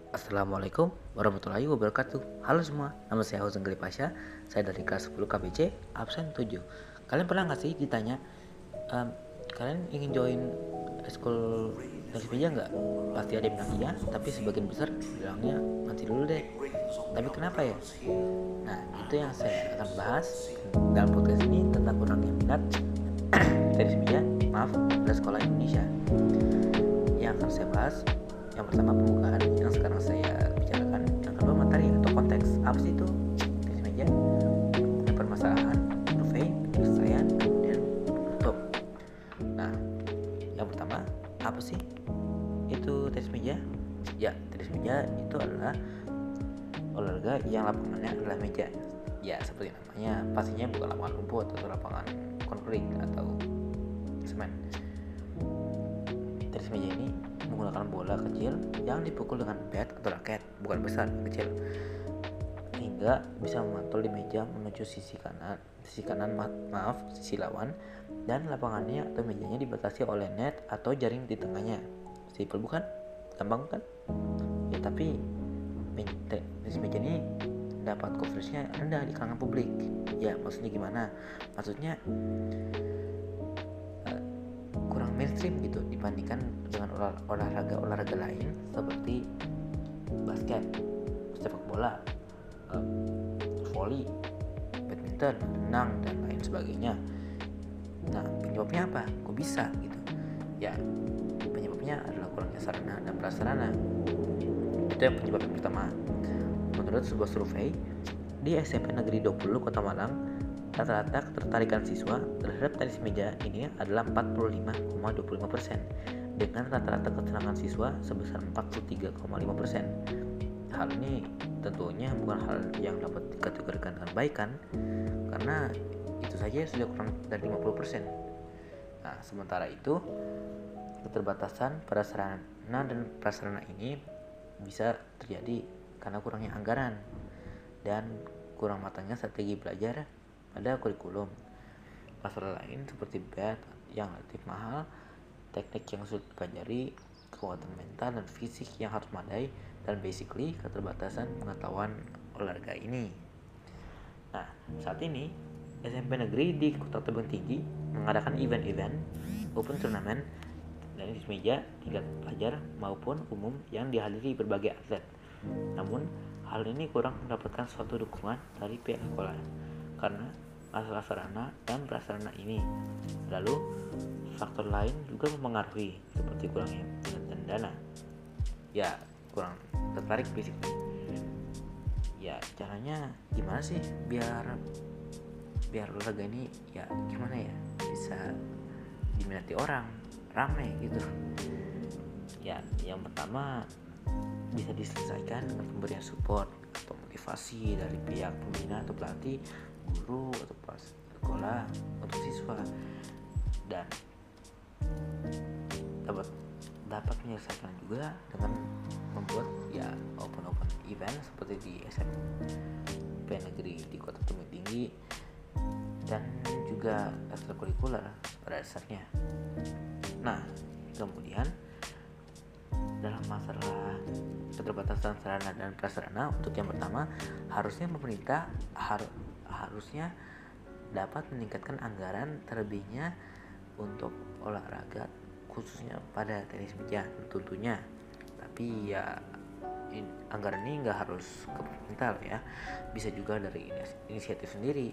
Assalamualaikum warahmatullahi wabarakatuh. Halo semua, nama saya Hussein Pasha. Saya dari kelas 10 KBC, absen 7. Kalian pernah nggak sih ditanya, "Em, kalian ingin join ekskul tenis meja nggak?" Pasti ada yang bilang iya, tapi sebagian besar bilangnya nanti dulu deh. Tapi kenapa ya? Nah, itu yang saya akan bahas dalam podcast ini tentang kurangnya minat tenis meja, pada sekolah Indonesia. Yang akan saya bahas, yang pertama pembukaan yang sekarang saya bicarakan, yang kedua materi atau konteks. Apa sih itu tenis meja? Ada permasalahan, survei, penyelesaian, dan penutup. Nah, yang pertama, apa sih itu tenis meja? Ya, tenis meja itu adalah olahraga yang lapangannya adalah meja. Ya, seperti namanya, pastinya bukan lapangan rumput atau lapangan konkrit atau semen. Tenis meja ini menggunakan bola kecil yang dipukul dengan bat atau raket, bukan besar, kecil, hingga bisa memantul di meja menuju sisi lawan, dan lapangannya atau mejanya dibatasi oleh net atau jaring di tengahnya. Simpel bukan? Gampang kan? Ya, tapi tenis meja ini dapat coveragenya rendah di kalangan publik. Ya, maksudnya gimana? Maksudnya kurang mainstream gitu dibandingkan dengan olahraga lain seperti basket, sepak bola, volley, badminton, renang, dan lain sebagainya. Nah, penyebabnya apa? Kok bisa gitu? Ya, penyebabnya adalah kurangnya sarana dan prasarana. Itu yang penyebab yang pertama. Menurut sebuah survei di SMP Negeri 20 Kota Malang, rata-rata ketertarikan siswa terhadap tenis meja ini adalah 45,25%, dengan rata-rata kesenangan siswa sebesar 43,5%. Hal ini tentunya bukan hal yang dapat dikategorikan dengan baik kan, karena itu saja sudah kurang dari 50%. Nah, sementara itu keterbatasan pada sarana dan prasarana ini bisa terjadi karena kurangnya anggaran dan kurang matangnya strategi belajar pada kurikulum. Masalah lain seperti bat yang relatif mahal, teknik yang sulit dipelajari, kekuatan mental dan fisik yang harus memadai, dan basically keterbatasan pengetahuan olahraga ini. Nah, saat ini SMP negeri di Kota Tebing Tinggi mengadakan event-event open turnamen tenis meja tingkat pelajar maupun umum yang dihadiri berbagai atlet. Namun, hal ini kurang mendapatkan suatu dukungan dari pihak sekolah karena masalah sarana dan prasarana ini. Lalu, faktor lain juga mempengaruhi seperti kurangnya minat dan dana. Ya, kurang tertarik fisik. Ya, caranya gimana sih biar olahraga ini ya gimana ya bisa diminati orang, ramai gitu. Ya, yang pertama bisa diselesaikan dengan pemberian support atau motivasi dari pihak pembina atau pelatih, guru atau pas sekolah untuk siswa, dan dapat menyelesaikan juga dengan membuat ya open event seperti di SMP negeri di Kota Tebing Tinggi, dan juga ekstrakurikuler pada dasarnya. Nah, kemudian dalam masalah keterbatasan sarana dan prasarana, untuk yang pertama, harusnya pemerintah harusnya dapat meningkatkan anggaran terlebihnya untuk olahraga, khususnya pada tenis meja tentunya. Tapi ya anggaran ini nggak harus ke pemerintah ya, bisa juga dari inisiatif sendiri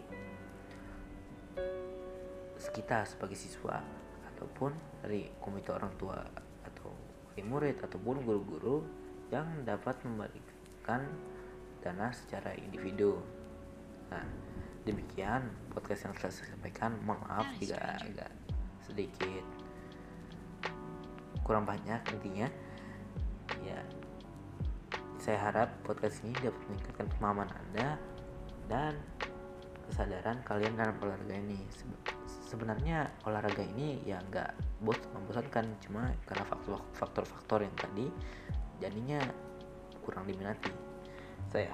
kita sebagai siswa ataupun dari komite orang tua atau wali murid ataupun guru-guru yang dapat memberikan dana secara individu. Nah, demikian podcast yang telah saya sampaikan. Mohon maaf jika agak sedikit kurang banyak intinya. Ya, saya harap podcast ini dapat meningkatkan pemahaman Anda dan kesadaran kalian dalam olahraga ini. Sebenarnya olahraga ini ya nggak membosankan, cuma karena faktor-faktor yang tadi jadinya kurang diminati. Saya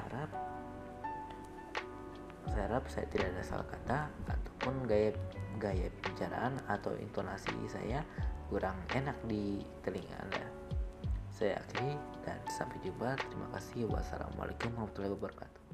harap saya tidak ada salah kata ataupun gaya pembicaraan atau intonasi saya kurang enak di telinga Anda. saya akhiri dan sampai jumpa. Terima kasih. Wassalamualaikum warahmatullahi wabarakatuh.